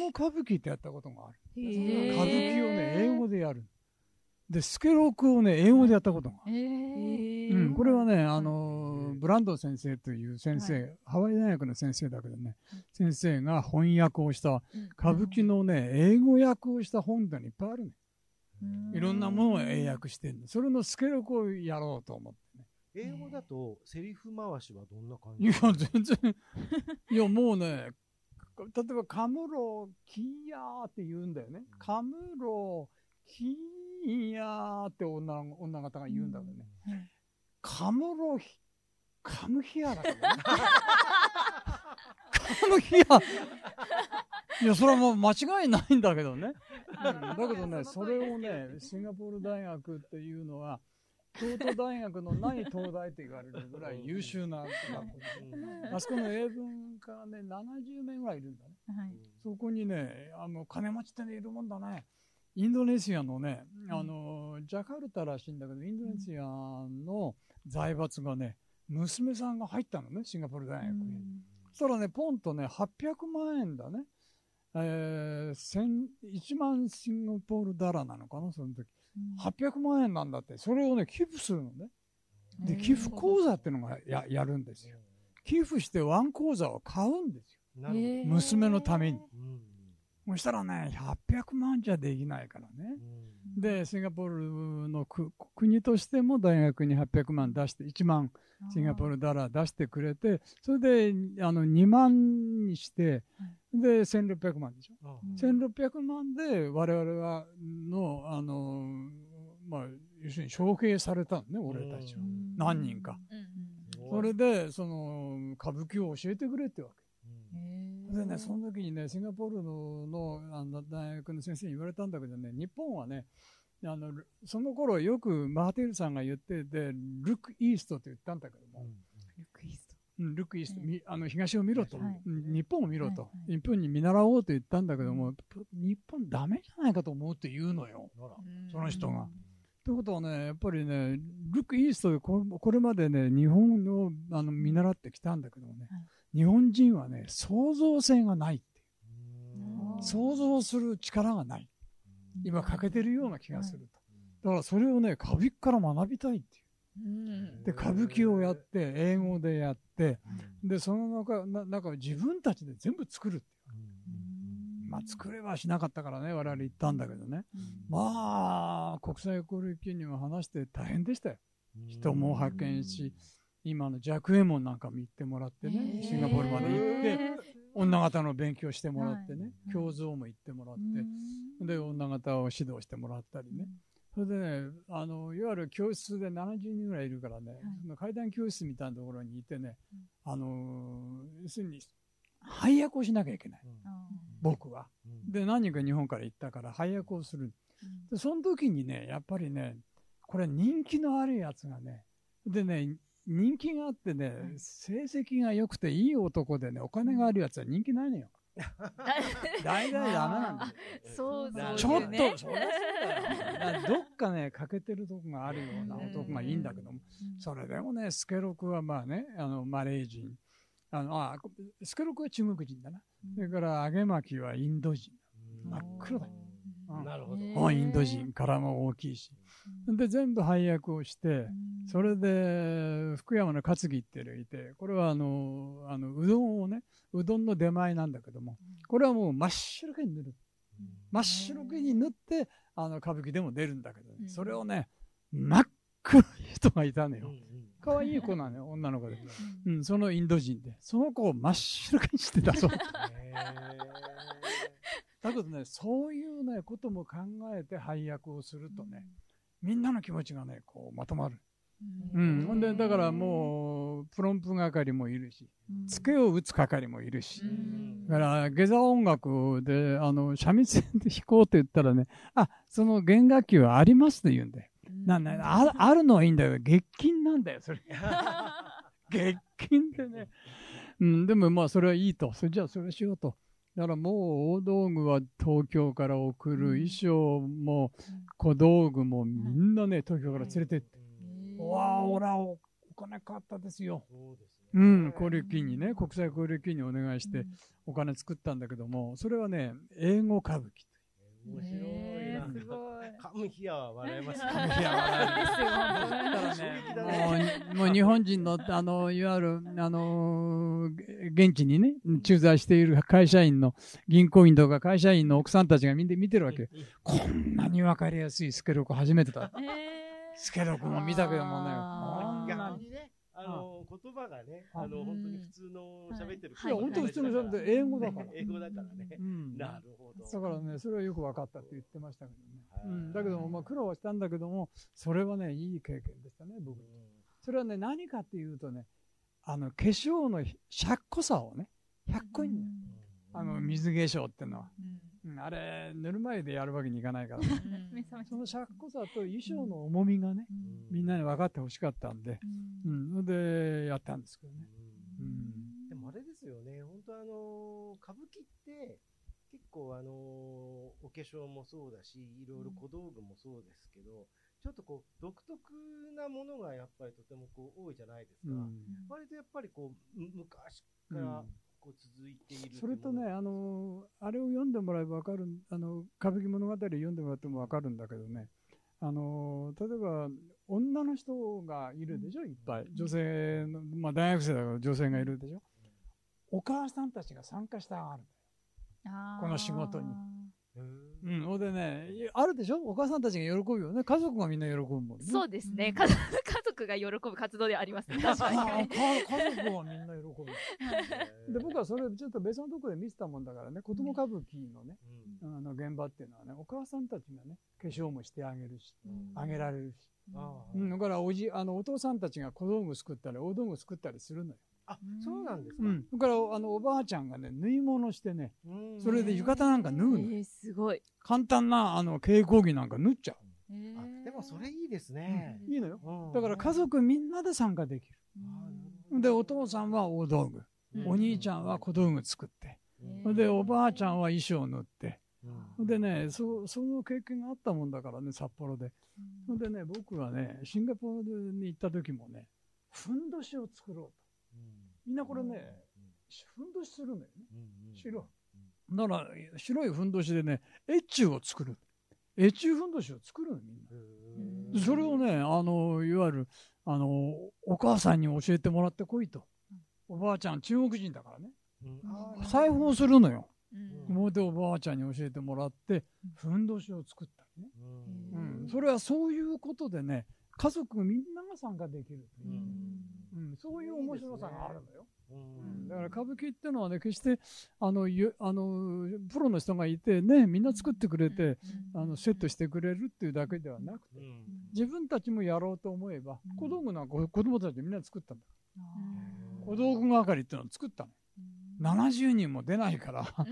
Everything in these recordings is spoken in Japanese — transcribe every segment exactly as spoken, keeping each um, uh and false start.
歌舞伎ってやったことがある。歌舞伎をね、英語でやる。で、スケロクをね、英語でやったことがある。うん、これはね、あの、ブランド先生という先生、はい、ハワイ大学の先生だけどね、先生が翻訳をした、歌舞伎のね、英語訳をした本がいっぱいあるね。いろんなものを英訳してるんで、それのスケロクをやろうと思ってね。 英語だとセリフ回しはどんな感じ？ いや、全然。いや、もうね、例えば、カムロキーヤーって言うんだよね。うん、カムロキーヤーって女女方が言うんだけどね。うん、カムロヒ、カムヒヤーだからね。カムヒヤー。いや、それはもう間違いないんだけどね。うん、だけどね、それをね、シンガポール大学っていうのは、京都大学のない東大と言われるぐらい優秀な学校で、あそこの英文科がね、ななじゅうめいぐらいいるんだね。はい、そこにね、あの、金持ちってね、いるもんだね。インドネシアのね、あの、ジャカルタらしいんだけど、インドネシアの財閥がね、娘さんが入ったのね、シンガポール大学に。そしたらね、ポンとね、はっぴゃくまんえんだね。えー、いちまんシンガポールダラなのかな、その時。はっぴゃくまんえんなんだって。それをね、寄付するのね。で、寄付口座っていうのが や, やるんですよ。寄付してワン口座を買うんですよ。娘のために。そしたらね、はっぴゃくまんじゃできないからね。で、シンガポールの国としても大学にはっぴゃくまん出して、いちまんシンガポールダラー出してくれて、それであのにまんにして、で、せんろっぴゃくまんでしょ。せんろっぴゃくまんで我々はの、あの、まあ、要するに承継されたのね、俺たちは。何人か。それで、その、歌舞伎を教えてくれってわけ。でね、その時にね、シンガポール の, の, あの大学の先生に言われたんだけどね、日本はね、あのその頃よくマハティールさんが言ってて、ルックイーストって言ったんだけども、 ルックイースト、 うん、ルックイースト、はい、あの東を見ろと、はい、日本を見ろと、はい、日本に見習おうと言ったんだけども、うん、日本ダメじゃないかと思うって言うのよ、その人が。ということはね、やっぱりね、ルックイーストでこ れ, これまでね、日本をあの見習ってきたんだけどもね、はい、日本人はね、創造性がないっていう。想像する力がない。今欠けてるような気がすると。だからそれをね、歌舞伎から学びたいっていう。で、歌舞伎をやって、英語でやって、で、その中、中を自分たちで全部作るっていう。まあ、作れはしなかったからね、我々言ったんだけどね。まあ、国際交流金にも話して大変でしたよ。人も派遣し、今のジャクエモンなんかも行ってもらってね、シンガポールまで行って、女方の勉強してもらってね、教蔵も行ってもらって、で、女方を指導してもらったりね。それでね、あの、いわゆる教室でななじゅうにんぐらいいるからね、その階段教室みたいなところにいてね、あの、要するに、配役をしなきゃいけない。僕は。で、何人か日本から行ったから配役をする。で、その時にね、やっぱりね、これ人気のあるやつがね、でね、人気があってね、成績が良くていい男でね、お金があるやつは人気ないのよ。大体ダメなんだよ。 そうですね。 ちょっと、そりゃそうだよ。どっかね、欠けてるとこがあるような男がいいんだけども、それでもね、スケロクはまあね、あの、マレー人。あの、あ、スケロクは中国人だな。それから、揚げ巻きはインド人。真っ黒だ。 なるほど。 インド人からも大きいし。で、全部配役をして、それで、福山の担ぎっていうのがいて、これはあの、あの、うどんをね、うどんの出前なんだけども、これはもう真っ白けに塗る。真っ白けに塗って、あの、歌舞伎でも出るんだけどね、それをね、真っ黒い人がいたのよ。可愛い子なのよ、女の子で。うん、そのインド人で。その子を真っ白けにしてたそう。だけどね、そういうね、ことも考えて配役をするとね、みんなの気持ちがね、こう、まとまる。うん。ほんで、だからもう、プロンプ係もいるし、つけを打つ係もいるし。だから、下座音楽で、あの、三味線で弾こうって言ったらね、あ、その弦楽器はありますって言うんだよ。なんだあ、あるのはいいんだよ。月金なんだよ、それ。月金でね。うん、でもまあ、それはいいと。それじゃあ、それしようと。だからもう大道具は東京から送る、衣装も小道具もみんなね、東京から連れてって、うわあ、俺はお金かかったですよ。 そうですね。 うん、交流金にね、国際交流金にお願いしてお金作ったんだけども、それはね、英語歌舞伎。 面白いな。 すごい。 カムヒアは笑えますね。 カムヒアはですよ、本当もう、もう日本人の、あの、いわゆる、あの、現地にね、駐在している会社員の、銀行員とか会社員の奥さんたちが見て、見てるわけよ。こんなにわかりやすいスケロク初めてだ。スケロクも見たけどもね、こんなに。 逆にね、あの、言葉がね、あの、本当に普通の喋ってる。 いや、本当普通の喋ってる英語だから。 英語だからね。なるほど。 だからね、それはよく分かったって言ってましたけどね。うん、だけども、まあ、苦労はしたんだけども、それはね、いい経験でしたね、僕。それはね、何かっていうとね、あの、化粧の百個さをね、百個いんね。あの、水化粧ってのは。うん、あれ、塗る前でやるわけにいかないから、ね、その百個さと衣装の重みがね、みんなに分かってほしかったんで、うん、それでやったんですけどね。 うん、でもあれですよね、本当あの、歌舞伎って、結構あのー、お化粧もそうだし、いろいろ小道具もそうですけど、ちょっとこう、独特なものがやっぱりとてもこう多いじゃないですか。うん、割とやっぱりこう、昔からこう続いている、うん。 それとね、あのー、あれを読んでもらえばわかる、あの、歌舞伎物語を読んでもらってもわかるんだけどね、あのー、例えば、女の人がいるでしょ、いっぱい。女性の、まあ大学生だから女性がいるでしょ。お母さんたちが参加してある。この仕事に。うん、ほんでね、あるでしょ、お母さんたちが喜ぶよね。家族がみんな喜ぶもんね。 そうですね。家族が喜ぶ活動ではありますね。確かに。 家族はみんな喜ぶ。で、僕はそれちょっと別のところで見せたもんだからね、子供歌舞伎のね、あの現場っていうのはね、お母さんたちがね、化粧もしてあげるし、あげられるし。うん、だからおじ、あの、お父さんたちが小道具作ったり、大道具作ったりするのよ。 あ、そうなんですか。 うん。だから、あの、おばあちゃんがね、縫い物してね、それで浴衣なんか縫うの。えー、すごい。 簡単な、あの、稽古着なんか縫っちゃう。 えー、でもそれいいですね。 いいのよ。だから家族みんなで参加できる。で、お父さんは大道具。お兄ちゃんは小道具作って。で、おばあちゃんは衣装縫って。でね、そ、その経験があったもんだからね、札幌で。でね、僕はね、シンガポールに行った時もね、ふんどしを作ろうと。みんなこれね、ふんどしするのよね。白い。だから、白いふんどしでね、越中を作る。越中ふんどしを作るの、みんな。それをね、あの、いわゆる、あの、お母さんに教えてもらってこいと。おばあちゃん、中国人だからね。裁縫するのよ。で、おばあちゃんに教えてもらって、ふんどしを作ったりね。うん。それはそういうことでね、家族みんなが参加できる。うん、そういう面白さがあるのよ。うん、だから歌舞伎っていうのはね、決してあのあのプロの人がいてね、みんな作ってくれて、あのセットしてくれるっていうだけではなくて、自分たちもやろうと思えば、小道具なんか子供たちみんな作ったんだ。小道具係っていうのを作ったの。ななじゅうにんも出ないから。だから、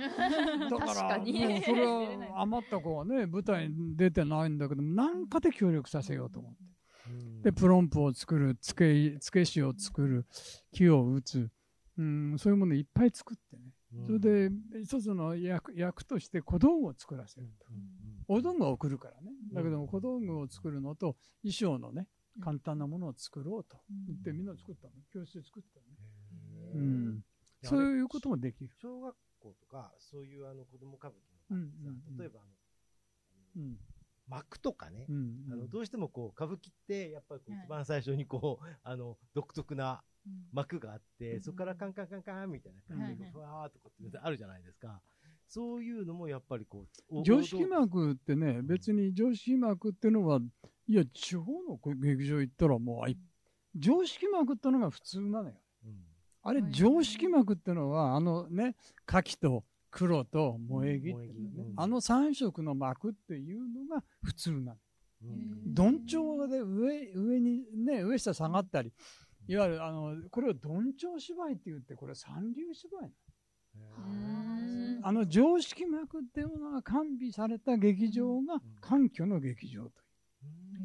もうそれは余った子はね、舞台に出てないんだけども、何かで協力させようと思って。で、プロンプを作る、つけ、つけ師を作る、木を打つ、うん、そういうものいっぱい作ってね。それで、一つの役、役として小道具を作らせると。お道具を送るからね。だけども小道具を作るのと、衣装のね、簡単なものを作ろうと言ってみんな作ったの。教室で作ったのね。うん。そういうこともできる。 小学校とか、そういうあの子供歌舞伎のさ、例えばあの、うん。幕とかね、うんうん、あのどうしてもこう歌舞伎ってやっぱりこう一番最初にこう、はい、あの独特な幕があって、うん、そこからカンカンカンカンみたいな感じでふわーっとこうってあるじゃないですか。そういうのもやっぱりこう常識幕ってね、別に常識幕っていうのはいや地方の劇場行ったらもう、うん、常識幕ってのが普通なのよ。うん、あれ常識幕ってのはあのね牡蠣と黒と萌え木っていうね、うん、あの三色の幕っていうのが普通なの。どんちょうで上、上にね、上下下がったり、いわゆるあの、これをどんちょう芝居って言って、これ三流芝居なの。あの常識幕っていうのが完備された劇場が官居の劇場という。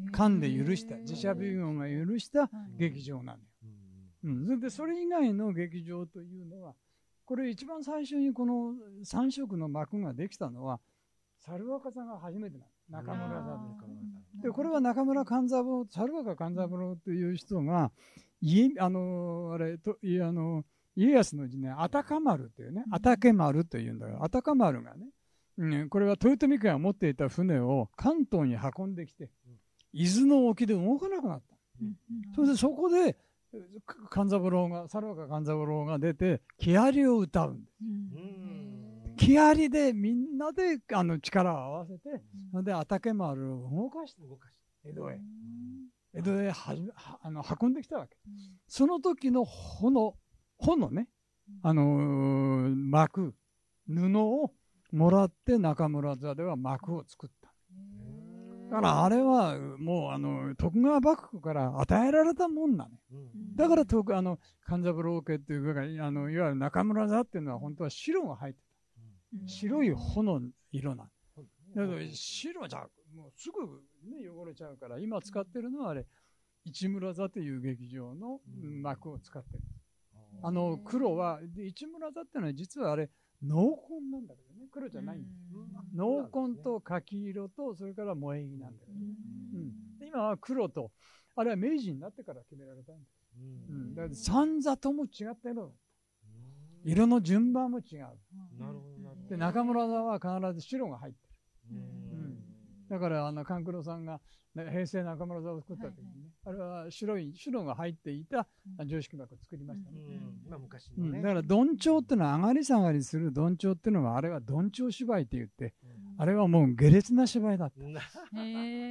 官で許した、自社美業が許した劇場なのよ。うん、それで、それ以外の劇場というのは、これ一番最初にこの三色の幕ができたのは猿若さんが初めてなの。中村座で。で、これは中村勘三郎、猿若勘三郎という人が家、あのー、あれ、と、いあのー、家康の字ね、あたか丸っていうね、あたけ丸というんだよ。あたか丸がね、うん、これは豊臣家が持っていた船を関東に運んできて、伊豆の沖で動かなくなった。うん、それでそこで、勘三郎が、猿岡勘三郎が出て、木遣を歌うんです。うん、木遣でみんなであの力を合わせて、それであたけ丸を動かして、動かして江戸へ。江戸へはじはあの運んできたわけ。その時の穂の、穂のね、あのー、幕、布をもらって中村座では幕を作った。だからあれはもうあの徳川幕府から与えられたもんなの。だから徳あの勘三郎家っていうかあのいわゆる中村座っていうのは本当は白が入ってた。白い穂の色なの。だけど白じゃもうすぐ、ね、汚れちゃうから今使ってるのはあれ市村座という劇場の幕を使ってる。あの黒は市村座っていうのは実はあれ濃紺なんだけどね、黒じゃないんです。濃紺と柿色とそれから萌え木なんだけど、うん、今は黒とあれは明治になってから決められたんです。うん、だから三座とも違った色だった。色の順番も違う。で中村座は必ず白が入ってる。うん、だからあの勘九郎さんが平成中村座を作った時にね、はいはい、あれは白い白が入っていた常識幕を作りましたね。 まあ昔のね。 だからどんちょうっていうのは上がり下がりするどんちょうっていうのはあれはどんちょう芝居って言って、うん、あれはもう下劣な芝居だった。へ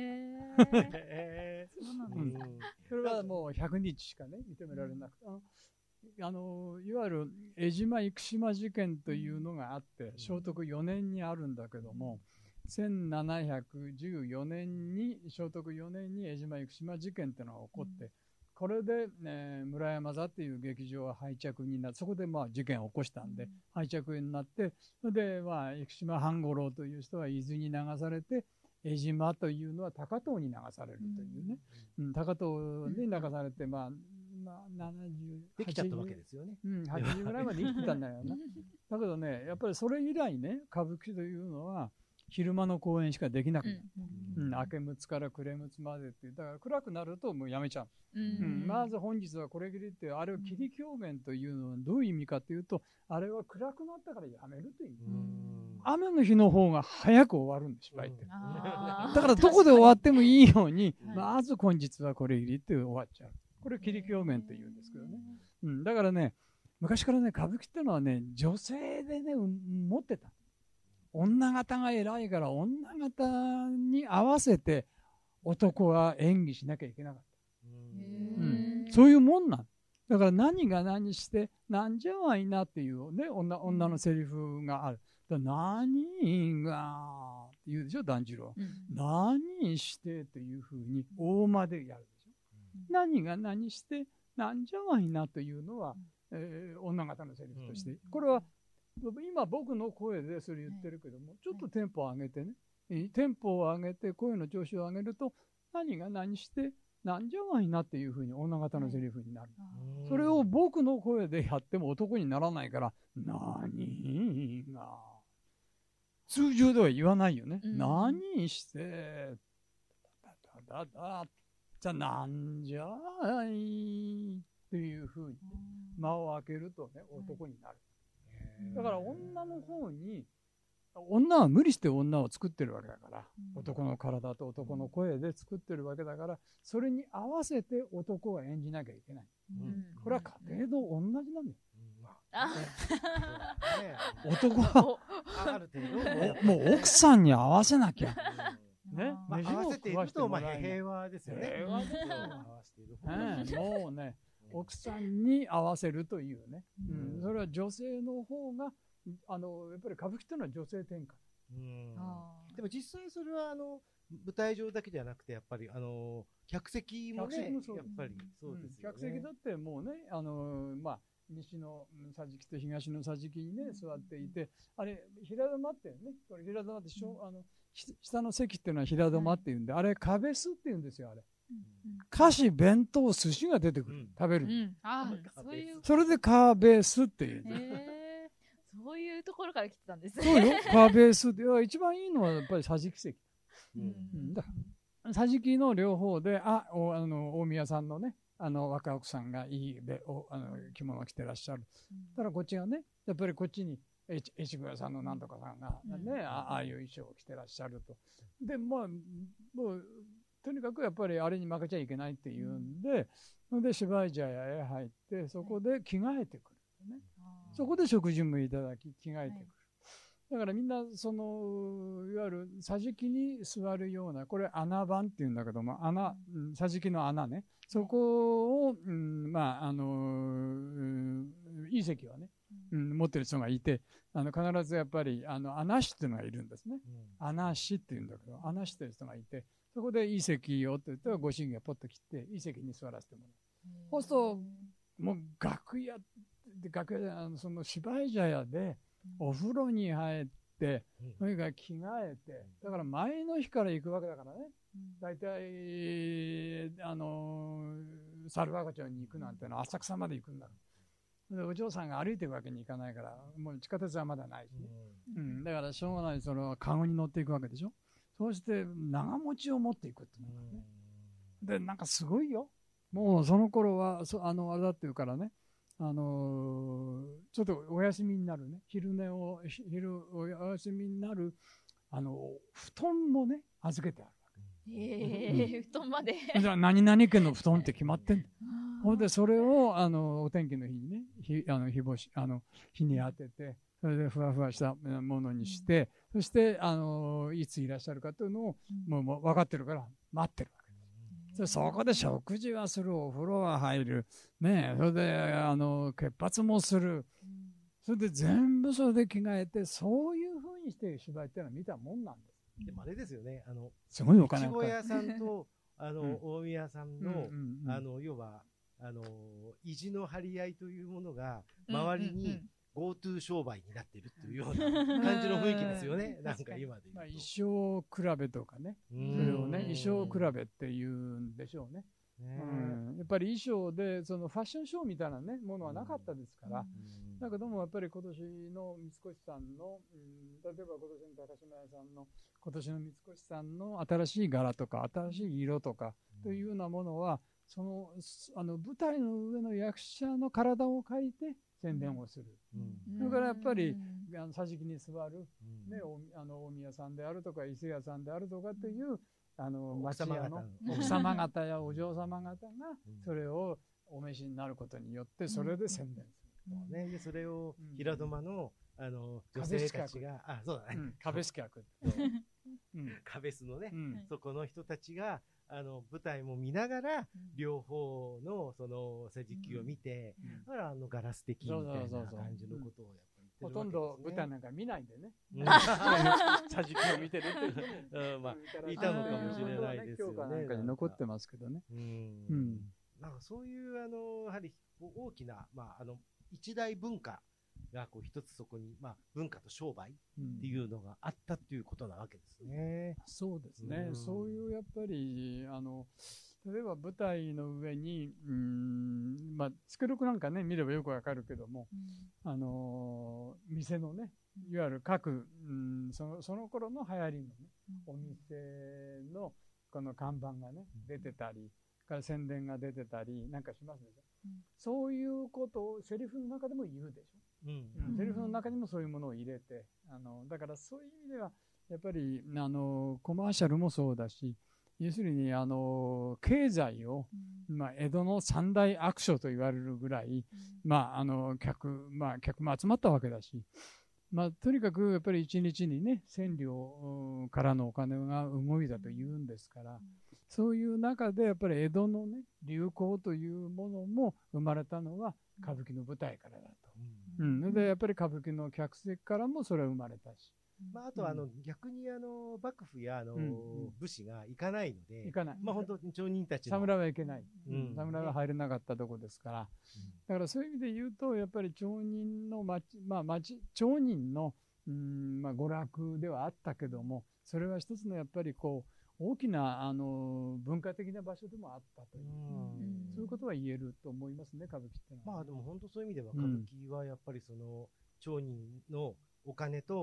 え。そうなんですね。それはもうひゃくにちしかね認められなくて。あのいわゆる江島生島事件というのがあって聖徳よねんにあるんだけども、せんななひゃくじゅうよねんに聖徳よねんに江島生島事件っていうのが起こって、これで、ね、村山座っていう劇場は廃着になって、そこでまあ事件を起こしたんで廃着になって、それでまあ生島半五郎という人は伊豆に流されて、江島というのは高遠に流されるというね、うん、高遠に流されてまあまあ、ななじゅうできちゃったわけですよね。 うん、はちじゅうぐらいまで生きてたんだよな。だけどね、やっぱりそれ以来ね、歌舞伎というのは昼間の公演しかできなくなる。うん、明けむつから暮れむつまでっていう、だから暗くなるともうやめちゃう。うん、まず本日はこれぎりって、あれを切り狂言というのはどういう意味かというと、あれは暗くなったからやめるという。雨の日の方が早く終わるんです、芝居って。だからどこで終わってもいいように、まず本日はこれぎりって終わっちゃう。これ切り狂言って言うんですけどね、うん、だからね昔からね歌舞伎っていうのはね女性でね持ってた。女方が偉いから女方に合わせて男は演技しなきゃいけなかった、うん、そういうもんなんだから何が何してなんじゃわいなっていう、ね、女, 女のセリフがある。だ何がって言うでしょ團十郎、うん、何してっていうふうに大間でやる。何が何してなんじゃわいなというのは、えー、女方のセリフとして、これは今僕の声でそれ言ってるけども、ちょっとテンポを上げてね、テンポを上げて声の調子を上げると何が何してなんじゃわいなっていうふうに女方のセリフになる。それを僕の声でやっても男にならないから何が通常では言わないよね。何してだだだだじゃあなんじゃいっていうふうに間を開けるとね男になる。だから女の方に女は無理して女を作ってるわけだから、男の体と男の声で作ってるわけだから、それに合わせて男が演じなきゃいけない。これは家庭と同じなんだよ。男はもう奥さんに合わせなきゃ。ね、 まあ、合わせていると、まあ、平和ですよね。平和ですよ。もうね、奥さんに合わせるというね、うん、それは女性の方が、あのやっぱり歌舞伎というのは女性転換。 うんでも実際それはあの舞台上だけじゃなくてやっぱりあの客席もね、やっぱりそうですよね。 客席だってもうね、あのまあ西の桟敷と東の桟敷にね座っていて、あれ平戸間ってね、これ平戸間ってしょ、うん、あの下の席っていうのは平戸間っていうんで、はい、あれ壁すっていうんですよ。あれ、うん、菓子弁当寿司が出てくる、うん、食べる、うん、あそういうそれで壁すっていう、 へー、そういうところから来てたんですね。 そうよ、壁すって一番いいのはやっぱり桟敷席、うんうん、だ桟敷の両方であおあの大宮さんのねあの若奥さんがいいおあの着物を着てらっしゃる。ただこっちがね、やっぱりこっちに越後屋さんのなんとかさんがね、うん、ああいう衣装を着てらっしゃると。で、まあ、もう、とにかくやっぱりあれに負けちゃいけないっていうんで、うん、で、芝居茶屋へ入って、そこで着替えてくる、ね。そこで食事もいただき、着替えてくる。だからみんな、その、いわゆる桟敷に座るような、これ穴番っていうんだけども、穴、桟敷の穴ね。そこを、うん、まあ、あの、うん、いい席はね、うん、持ってる人がいて、あの、必ずやっぱり、あの、穴師っていうのがいるんですね。うん、穴師っていうんだけど、穴師っていう人がいて、そこでいい席をって言ったら、ご主人がポッと切って、いい席に座らせてもらう。そうすると、もう楽屋、楽屋で、あの、その芝居茶屋で、お風呂に入って、それから着替えて、だから前の日から行くわけだからね。大体、あの、猿若町に行くなんてのは浅草まで行くんだろう。で、お嬢さんが歩いていくわけにいかないから、もう地下鉄はまだないしね。うん。だからしょうがない、その、カゴに乗っていくわけでしょ。そうして、長持ちを持っていくっていうのがね。で、なんかすごいよ。もうその頃は、そあの、あれだっていうからね。あのー、ちょっとお休みになるね、昼寝を、昼お休みになる、あの、布団もね、預けてあるわけ。ええー、うん、布団まで。 じゃあ、何々家の布団って決まってんの。ほんで、それを、あの、お天気の日にね、日、あの、日干し、あの、日に当てて、それでふわふわしたものにして、うん、そして、あの、いついらっしゃるかというのを、うん、もう、もう分かってるから、待ってるわけ。そこで食事はする、お風呂は入る、ねえ、それで、あの、潔髪もする、うん、それで全部それで着替えて、そういうふうにして芝居っていうのは見たもんなんです。 でもあれですよね、あの、 すごいお金いちご屋さんと、あの、うん、大宮さんの、うんうんうん、あの、要は、あの、意地の張り合いというものが、周りに、うんうんうん、GoTo 商売になっているっていうような感じの雰囲気ですよね。なんか今で言うと。 まあ、衣装比べとかね。それをね、衣装比べっていうんでしょうね。うん、やっぱり衣装で、そのファッションショーみたいなね、ものはなかったですから。だけども、やっぱり今年の三越さんの、うん、例えば今年の高島屋さんの、今年の三越さんの新しい柄とか、新しい色とか、というようなものは、その、あの、舞台の上の役者の体を借りて宣伝をする。うん、それからやっぱり、あの、桟敷に座る、うん、ね、あの、大宮さんであるとか、伊勢屋さんであるとかっていう、あの、町屋の奥様方やお嬢様方が、それをお召しになることによって、それで宣伝する。 うん、ね、で、それを、平戸間の、あの、女性たちが、あ、そうだね。うん、 壁師客。 壁スのね、うん、そこの人たちが、あの、舞台も見ながら、両方の、その、桟敷を見て、だから、あの、ガラス的みたいな感じのことをやっぱりほとんど舞台なんか見ないでね。桟敷を見てるっていう。まあ、いたのかもしれないですよね。 教科なんかに残ってますけどね。 うん。なんかそういう、あの、やはり、大きな、まあ、あの、一大文化が、こう、一つそこに、まあ、文化と商売っていうのがあったっていうことなわけですね。 そうですね。そういう、やっぱり、あの、例えば舞台の上に、うん、まあ、スケロクなんかね、見ればよくわかるけども、うん、あのー、店のね、いわゆる各、うん、その、その頃の流行りのね、うん、お店のこの看板がね、出てたり、から宣伝が出てたりなんかしますでしょ。うん、そういうことをセリフの中でも言うでしょ。うんうん、セリフの中にもそういうものを入れて、あの、だからそういう意味では、やっぱり、あの、コマーシャルもそうだし、要するに、あの、経済を、うん、まあ、江戸の三大悪所と言われるぐらい、うん、まあ、あの、客、まあ、客も集まったわけだし、まあ、とにかく、やっぱり一日にね、千両からのお金が動いたと言うんですから、うん、そういう中で、やっぱり江戸のね、流行というものも生まれたのは、歌舞伎の舞台からだと。うん。うん、で、やっぱり歌舞伎の客席からもそれは生まれたし。 まあ、あとは、あの、うん、逆に、あの、幕府や、あの、うん、武士が行かないので、 行かない。 まあ、本当に町人たちの。 侍は行けない。うん。侍は入れなかったとこですから。うん、だからそういう意味で言うと、やっぱり町人の町、まあ、町、町人の、うん、まあ、娯楽ではあったけども、それは一つのやっぱりこう、大きな、あの、文化的な場所でもあったという。うん、そういうことは言えると思いますね、歌舞伎ってのは。 まあ、でも本当そういう意味では、歌舞伎はやっぱりその、町人のお金と、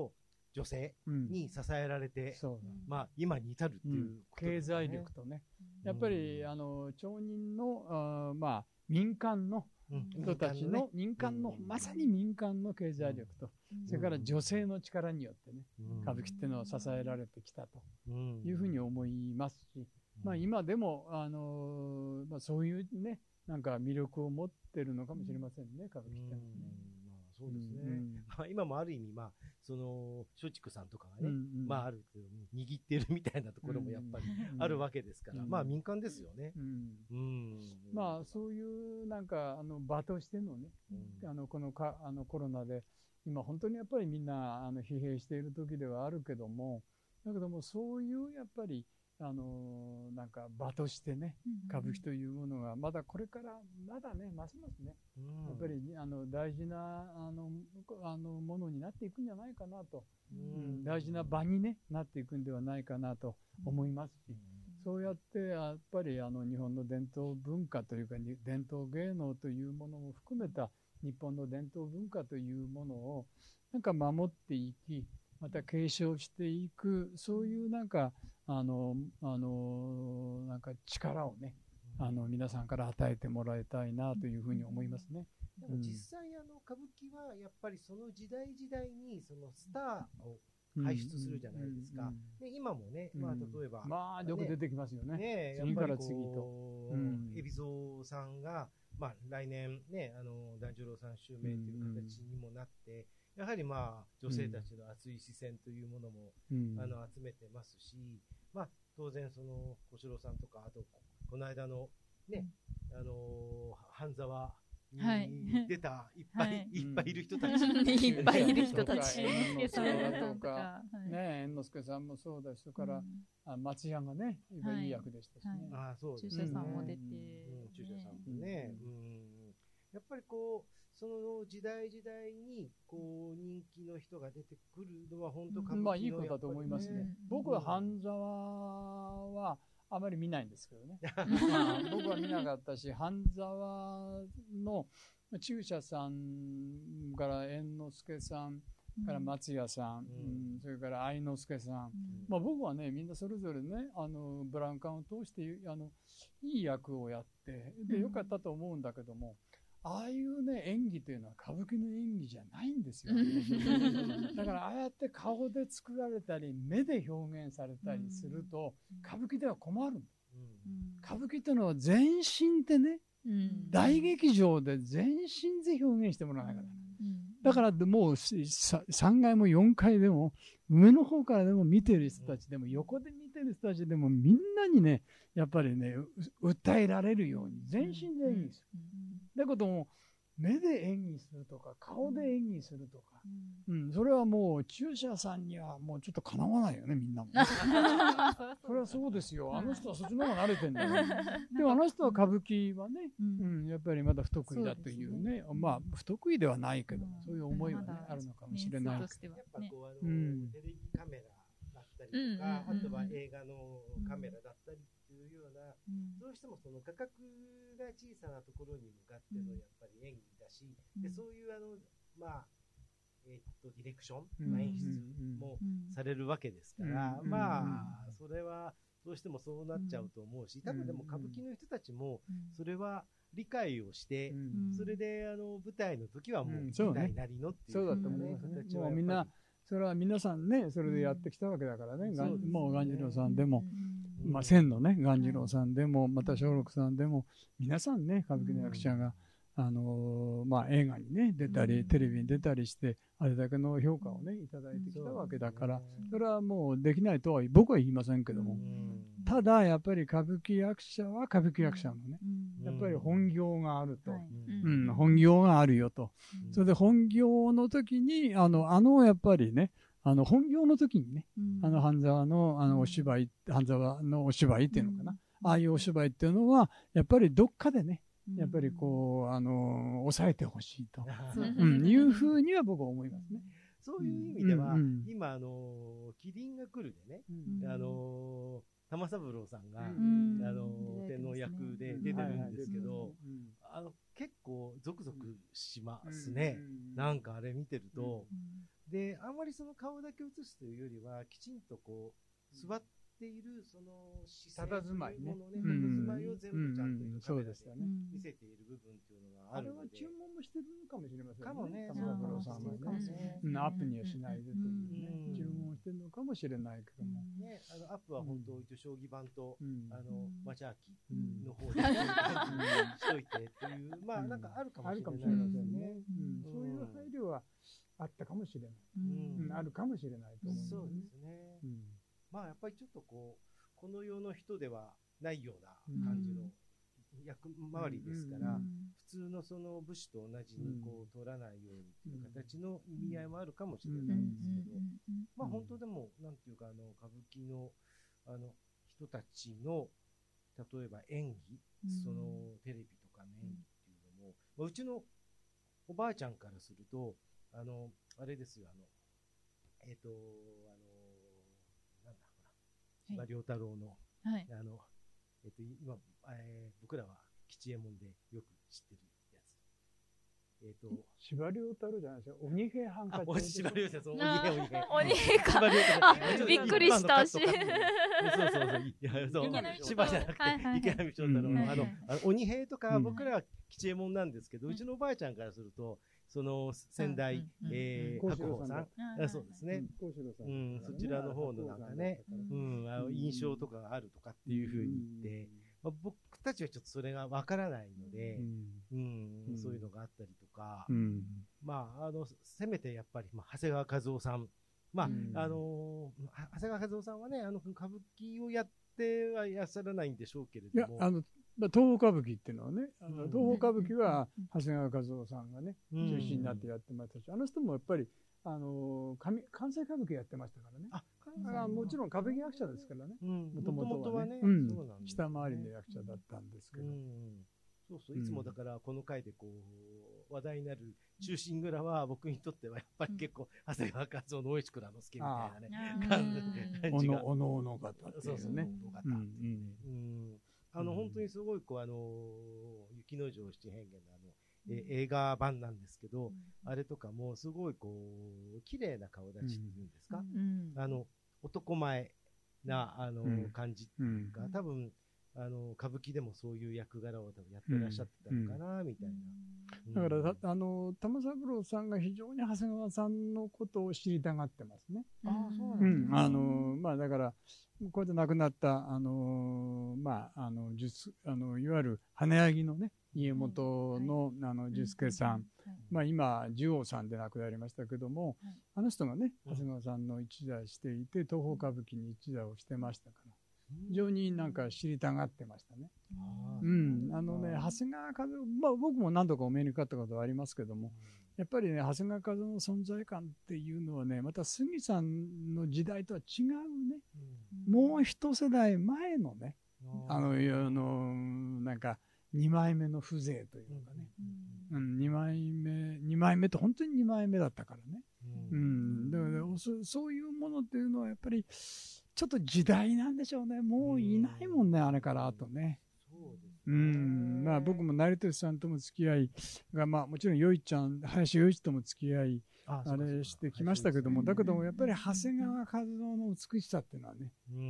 女性に支えられて、 うん、 まあ今に至るっていう、ねうん、 経済力とね、やっぱり、うん、あの町人のあまあ民間の人たちの、うん、民間の、ね、まさに民間の経済力と、うん、それから女性の力によってね、うん、歌舞伎っていうのを支えられてきたというふうに思いますし、うん、まあ今でもあのまあそういうねなんか魅力を持ってるのかもしれませんね、歌舞伎ってのはね。 そうですね。うん、今もある意味、まあ、その、松竹さんとかがね、うんうん、まあ、ある程度握ってるみたいなところもやっぱりあるわけですから、うん、まあ、民間ですよね。うんうん、まあ、そういうなんか、あの、場としてのね、うん、あの、このか、あの、コロナで、今本当にやっぱりみんな、あの、疲弊している時ではあるけども、だけども、そういうやっぱり、あのー、なんか場としてね、歌舞伎というものがまだこれからまだねますますね、うん、やっぱりあの大事なあのあのものになっていくんじゃないかなと、うん、大事な場にねなっていくんではないかなと思いますし、うん、そうやってやっぱりあの日本の伝統文化というか伝統芸能というものも含めた日本の伝統文化というものをなんか守っていき、また継承していく、そういうなんかあの、あの、なんか力をね、あの、皆さんから与えてもらいたいなというふうに思いますね。 でも実際、あの、歌舞伎はやっぱりその時代時代に、そのスターを輩出するじゃないですか。で、今もね、まあ、例えば。 まあ、よく出てきますよね。 ね、次から次と。海老蔵さんが、まあ、来年ね、あの、團十郎さん襲名という形にもなって、やはりまあ、女性たちの熱い視線というものも、あの、集めてますし、まあ、当然、その、小四郎さんとか、あと、この間の、ね、あのー、半沢に出た、はい、いっぱい、はい、いっぱいいる人たち。 いっぱいいる人たち。 猿之助さんとか、ね、猿之助さんもそうだし、それから、あ松屋がね、いい役でしたしね。 ああ、そうですね。注射さんも出て。 注射さんもね。やっぱりこう、その時代時代に、こう、人気の人が出てくるのは、本当歌舞伎の、 まあ、いいことだと思いますね。僕は半沢は、あまり見ないんですけどね。まあ、僕は見なかったし、半沢の注射さんから猿之助さんから松屋さん、うんうん、それから愛之助さん、うん、まあ、僕はねみんなそれぞれねあのブラウン管を通してあのいい役をやってでよかったと思うんだけども、ああいうね演技というのは歌舞伎の演技じゃないんですよ。だからああやって顔で作られたり目で表現されたりすると、うん、歌舞伎では困るんだ、うん、歌舞伎というのは全身でね、うん、大劇場で全身で表現してもらわないから、うん、だからもうさんかいもよんかいでも上の方からでも見てる人たちでも横で見てる人たちでもみんなにねやっぱりね訴えられるように全身で演技する、だけども目で演技するとか顔で演技するとか、うん、それはもう注射さんにはもうちょっとかなわないよねみんなもそれはそうですよ、あの人はそっちの方が慣れてんだよでもあの人は歌舞伎はね、うんうん、やっぱりまだ不得意だというね、ね、まあ不得意ではないけど、うん、そういう思いは、ね、あるのかもしれない。やっぱこうあの、うん、 テレビカメラだったりとか、うん、あとは映画のカメラだったりっていうような、うん、どうしてもその価格が小さなところに向かってのやっぱり演技だし、うん、でそういうあのまあえー、っとディレクション、うん、演出もされるわけですから、うん、まあそれはどうしてもそうなっちゃうと思うし、多分でも歌舞伎の人たちもそれは理解をして、うん、それであの舞台の時はもう舞台なりのっていう、 そうだと思う形はみんなそれは皆さんねそれでやってきたわけだからね、うん、もう鴈治郎さんでも、うん、まあ千のね鴈治郎さんでもまた松緑さんでも皆さんね歌舞伎の役者が、うん、あのー、まあ映画にね出たり、うん、テレビに出たりしてあれだけの評価をねいただいてきたわけだから、それはもうできないとは僕は言いませんけども、うん、ただやっぱり歌舞伎役者は歌舞伎役者のね、うん、やっぱり本業があると、うんうん、本業があるよと、うん、それで本業の時にあのあのやっぱりねあの本業の時にね、うん、あの半沢のあのお芝居、うん、半沢のお芝居っていうのかな、うん、ああいうお芝居っていうのはやっぱりどっかでねやっぱりこうあの抑えてほしいと、うん、いうふうには僕は思いますね。 そういう意味では、うんうん、今あのキリンが来るでね、うん、あの玉三郎さんが、 うん、 あの天皇役で出てるんですけど、あの結構ゾクゾクしますね、うん、なんかあれ見てると、うん、であんまりその顔だけ映すというよりはきちんとこう座っているその姿勢まいね、 佇まいを全部ちゃんとカメラで見せている部分っていうのがあるので、 あれは注文もしてるかもしれませんね。 かもね、 玉三郎さんはね、うん、アップにはしないでというね、注文してるのかもしれないけども、 ね、あのアップは本当一応将棋盤と、うん、あのマチャーキの方でしといてっていう、まあなんかあるかもしれないですね。 そういう配慮はあったかもしれない、うん、あるかもしれないと思う。 そうですね。まあやっぱりちょっとこうこの世の人ではないような感じの役回りですから、普通のその武士と同じにこう取らないようにという形の意味合いもあるかもしれないんですけど、まあ本当でもなんていうかあの歌舞伎のあの人たちの例えば演技、そのテレビとかの演技っていうのも、まあ、うちのおばあちゃんからするとあのあれですよ、あのえっとあのなんだほら司馬遼太郎の、はい、あのえっと今、えー、僕らは吉右衛門でよく知ってるやつ。えっと司馬遼太郎じゃないですよ。鬼平犯科帳。 司馬遼太郎、鬼平鬼平。 鬼平か。あ、びっくりしたし。そうそうそう。いやそう。司馬じゃなくて池波正太郎のあの鬼平とか僕らは吉右衛門なんですけど、うちのおばあちゃんからすると。その仙台白鵬さん、そうですね、そちらの方のなんかね、印象とかがあるとかっていうふうに言って、僕たちはちょっとそれがわからないので、そういうのがあったりとか、まああのせめてやっぱり長谷川一夫さん、まああの長谷川一夫さんはね、あの歌舞伎をやってはいらっしゃらないんでしょうけれども。 東宝歌舞伎っていうのはね、あの東宝歌舞伎は長谷川一夫さんがね、中心になってやってましたし、あの人もやっぱりあの関西歌舞伎やってましたからね。あ、もちろん歌舞伎役者ですからね。もともとはね、下回りの役者だったんですけど。 そうそう、いつもだからこの回でこう話題になる忠臣蔵は僕にとってはやっぱり結構長谷川一夫の大石内蔵之助みたいなね感じが。おのおの方っていうね。 あの本当にすごいこうあの雪之丞七変化のあの、え映画版なんですけど、あれとかもすごいこう綺麗な顔立ちっていうんですか、あの男前なあの感じっていうか、多分あの歌舞伎でもそういう役柄を多分やってらっしゃってたのかなみたいな。だからあの玉三郎さんが非常に長谷川さんのことを知りたがってますね。ああ、そうなんですか。あのまあだからこうやって亡くなったあのまああの術あのいわゆる羽柳のね家元のあの寿助さん、まあ今寿王さんで亡くなりましたけども、あの人がね長谷川さんの一座していて東宝歌舞伎に一座をしてましたから。非常になんか知りたがってましたね。うん、あのね、長谷川一夫、まあ僕も何度かお目にかかったことはありますけども、やっぱりね、長谷川一夫の存在感っていうのはね、また杉さんの時代とは違うね、もう一世代前のね、あの、あの、なんか、にまいめの風情というかね、うん、にまいめ、にまいめって本当ににまいめだったからね。うん、だからそ、そういうものっていうのはやっぱり、ちょっと時代なんでしょうね。もういないもんね、あれからあとね。うん、まあ僕も成俊さんとも付き合いが、まあもちろんよいちゃん、林よいちとも付き合い、あれしてきましたけども、だけどもやっぱり長谷川一夫の美しさっていうのはね、うん、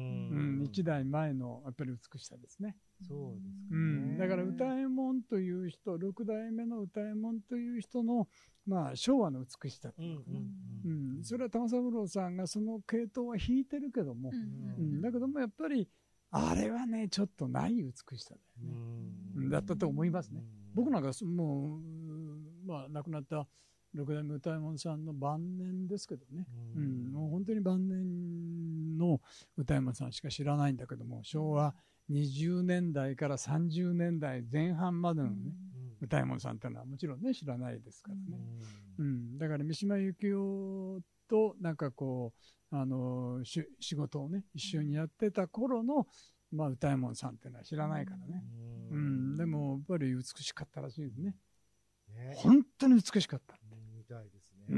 一代前のやっぱり美しさですね。 そうですかね。 うん、だから歌右衛門という人、六代目の歌右衛門という人の、まあ昭和の美しさっていうのかな。うん、それは玉三郎さんがその系統は弾いてるけども、うん、だけどもやっぱりあれはねちょっとない美しさだよね。うん、だったと思いますね。僕なんかもうまあ亡くなった六代目歌右衛門さんの晩年ですけどね、うん、もう本当に晩年の歌右衛門さんしか知らないんだけども、昭和にじゅうねんだいからさんじゅうねんだいぜん半までのね、歌右衛門さんっていうのはもちろんね知らないですからね。うん、だから三島由紀夫となんかこうあのし仕事をね一緒にやってた頃の、まあ、歌右衛門さんっていうのは知らないからね。うん、でもやっぱり美しかったらしいですね。ね、本当に美しかった。 みたいですね。 うん、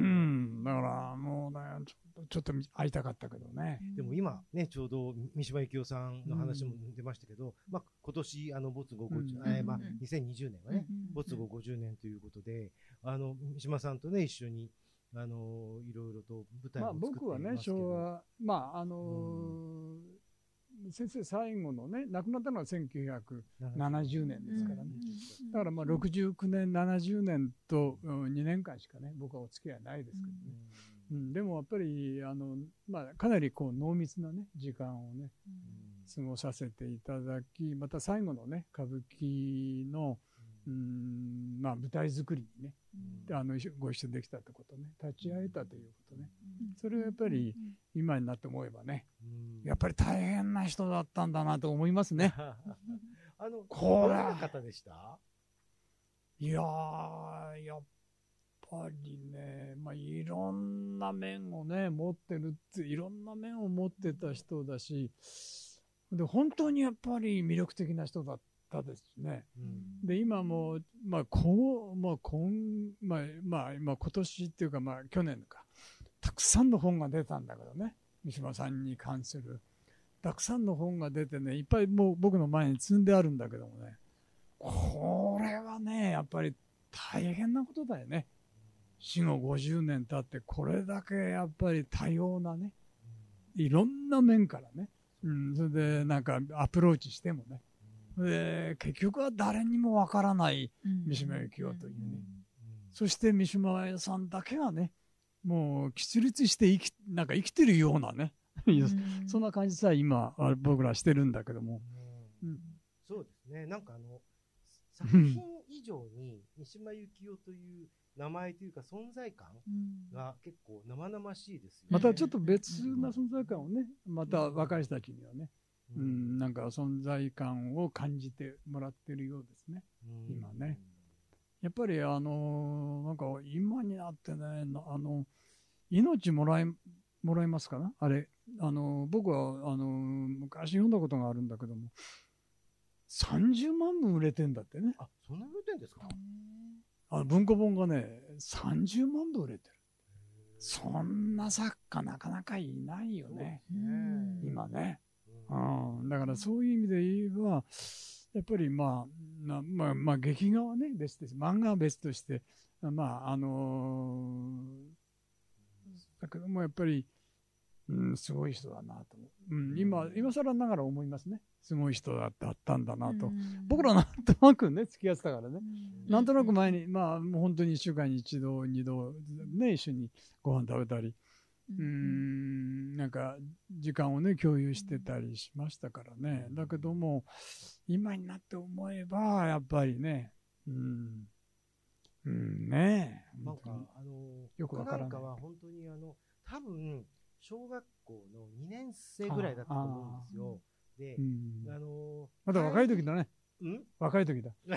ん、だからもうねちょ、ちょっと会いたかったけどね。 でも今ね、ちょうど三島由紀夫さんの話も出ましたけど、うん、まあ今年あの没後ごじゅう、うん、えー、まあにせんにじゅうねんはね、うん、没後ごじゅうねんということで、あの三島さんとね一緒にあのいろいろと舞台を作っていますけど、まあ、 僕はね昭和まああのーうん先生最後のね亡くなったのはせんきゅうひゃくななじゅうねんですからね、うん、だからまあろくじゅうきゅうねんななじゅうねんとにねんかんしかね僕はお付き合いないですけどね、うんうん、でもやっぱりあの、まあ、かなりこう濃密なね時間をね、うん、過ごさせていただきまた最後のね歌舞伎のうんまあ、舞台作りにね、うん、あのご一緒できたってことね立ち会えたということね、うん、それはやっぱり今になって思えばね、うん、やっぱり大変な人だったんだなと思いますね。 あのこれどんな方でした？ いやーやっぱりね、まあ、いろんな面をね持ってるっていろんな面を持ってた人だしで本当にやっぱり魅力的な人だったですね、うん、で今も、まあこうまあ今まあまあ、まあ、今年っていうか、まあ、去年かたくさんの本が出たんだけどね三島さんに関するたくさんの本が出てねいっぱいもう僕の前に積んであるんだけどもねこれはねやっぱり大変なことだよね。死後ごじゅうねん経ってこれだけやっぱり多様なねいろんな面からね、うん、それでなんかアプローチしてもねで結局は誰にもわからない三島由紀夫というね、うんうんうん、そして三島さんだけがねもう喫立して生きなんか生きてるようなね、うん、そんな感じさえ今僕らしてるんだけども、 うんうん、そうですねなんかあの作品以上に三島由紀夫という名前というか存在感が結構生々しいですよね。 またちょっと別な存在感をねまた若い人たちにはねうん、なんか存在感を感じてもらってるようですね、うん、今ね。やっぱりあのなんか今になってねあの命もらいもらいますかなあれあの僕はあの昔読んだことがあるんだけどもさんじゅうまんぶん売れてんだってね。 あそんな売れてんですか？ あの文庫本がねさんじゅうまんぶん売れてる。そんな作家なかなかいないよね今ね。うん、だからそういう意味で言えばやっぱりまあな、まあ、まあ劇画はね別です漫画は別としてまああのー、だけどもやっぱり、うん、すごい人だなと、うん、今今更ながら思いますねすごい人だったんだなと、うん、僕らなんとなくね付き合ってたからね、うん、なんとなく前にまあもう本当にいっしゅうかんに一度二度ね一緒にご飯食べたりうーんなんか時間をね共有してたりしましたからね。だけども今になって思えばやっぱりねうんうんねなんかあのよくわからない。僕なんかは本当にあの多分小学校のにねん生ぐらいだったと思うんですよ。で、あのまだ若い時だね。 うん若い時だ。 だ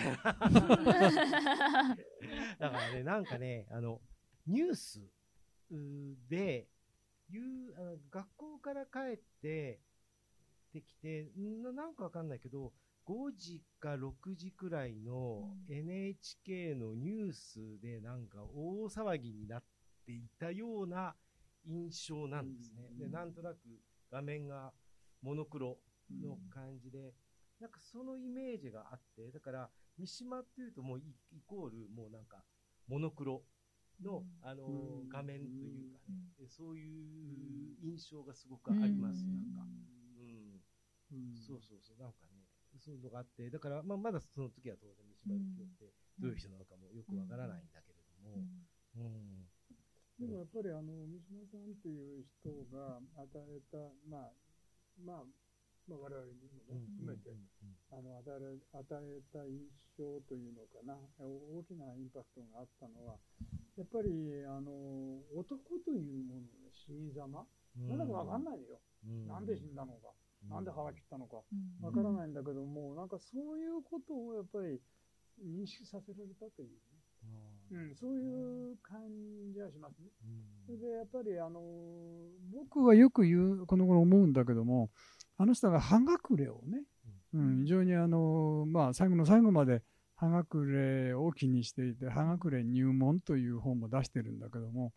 からねなんかねあのニュースでいうあの学校から帰ってできてな、なんかわかんないけどごじかろくじくらいの エヌエイチケー のニュースでなんか大騒ぎになっていたような印象なんですね、うん、でなんとなく画面がモノクロの感じで、うん、なんかそのイメージがあってだから三島っていうともうイコールもうなんかモノクロの、あのー、画面というかね、そういう印象がすごくあります、なんか、うんうん、そうそうそう、なんかね、そういうのがあって、だから、まあ、まだその時は当然三島由紀夫ってどういう人なのかもよくわからないんだけれども、うんうん、でもやっぱりあの三島さんっていう人が与えた、まあ、まあ、まあ、我々にもね、含めて、あの与え、与えた印象というのかな、大きなインパクトがあったのは、やっぱりあの男というものの死に様、なんだかわかんないよ、うん、なんで死んだのか、うん、なんで腹切ったのか、わからないんだけども、なんかそういうことをやっぱり認識させられたというね、うん、そういう感じはしますね。それでやっぱりあの僕はよく言うこの頃思うんだけども、あの人が葉隠れをね、うん、非常にあのまあ最後の最後まで葉隠れを気にしていて、葉隠れ入門という本も出してるんだけども、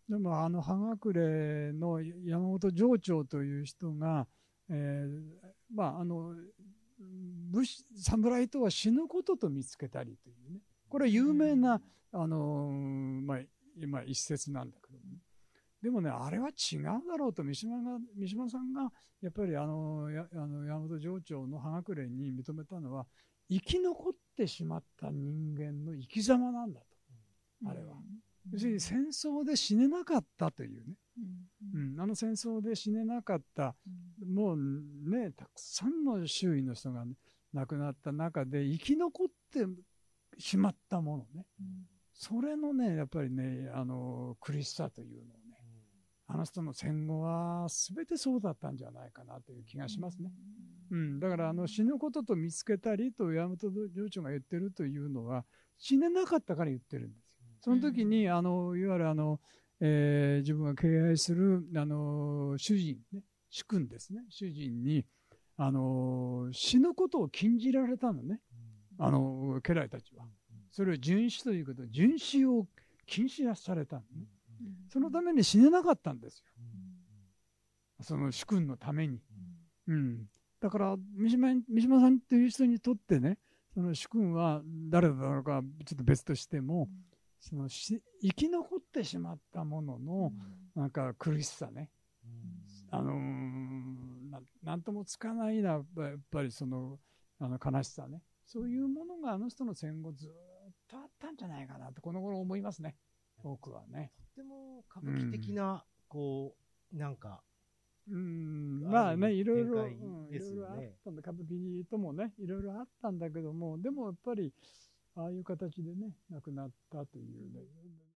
でもあの葉隠れの山本定朝という人が、えー、まああの武士侍とは死ぬことと見つけたりというね、これは有名な、あのー、まあ今一節なんだけども、ね、でもねあれは違うだろうと三島が三島さんがやっぱりあのやあの山本定朝の葉隠れに認めたのは、生き残ってしまった人間の生き様なんだと、うん、あれは。要するに戦争で死ねなかったというね、うんうん、あの戦争で死ねなかった、うん、もうねたくさんの周囲の人が、ね、亡くなった中で生き残ってしまったものね、うん、それのねやっぱりねあの苦しさというのをね、うん、あの人の戦後は全てそうだったんじゃないかなという気がしますね、うんうん、だからあの死ぬことと見つけたりと山本定朝が言ってるというのは死ねなかったから言ってるんです。その時にあのいわゆるあの、えー、自分が敬愛するあの主人ね、主君ですね、主人にあの死ぬことを禁じられたのね、うん、あの家来たちは、うん、それを殉死ということで殉死を禁止されたのね、うん、そのために死ねなかったんですよ、うん、その主君のために、うんうん、だから三島、三島さんという人にとってね、その主君は誰だろうかちょっと別としても、うん、そのし生き残ってしまったもののなんか苦しさね、うん、あのー、な, なんともつかないなやっぱりそのあの悲しさね、そういうものがあの人の戦後ずっとあったんじゃないかなとこの頃思いますね、僕はね。 とっても歌舞伎的な、うん、こうなんかうんまあねいろいろ、うん、いろいろあったんだ、歌舞伎ともねいろいろあったんだけども、でもやっぱりああいう形でね亡くなったというね。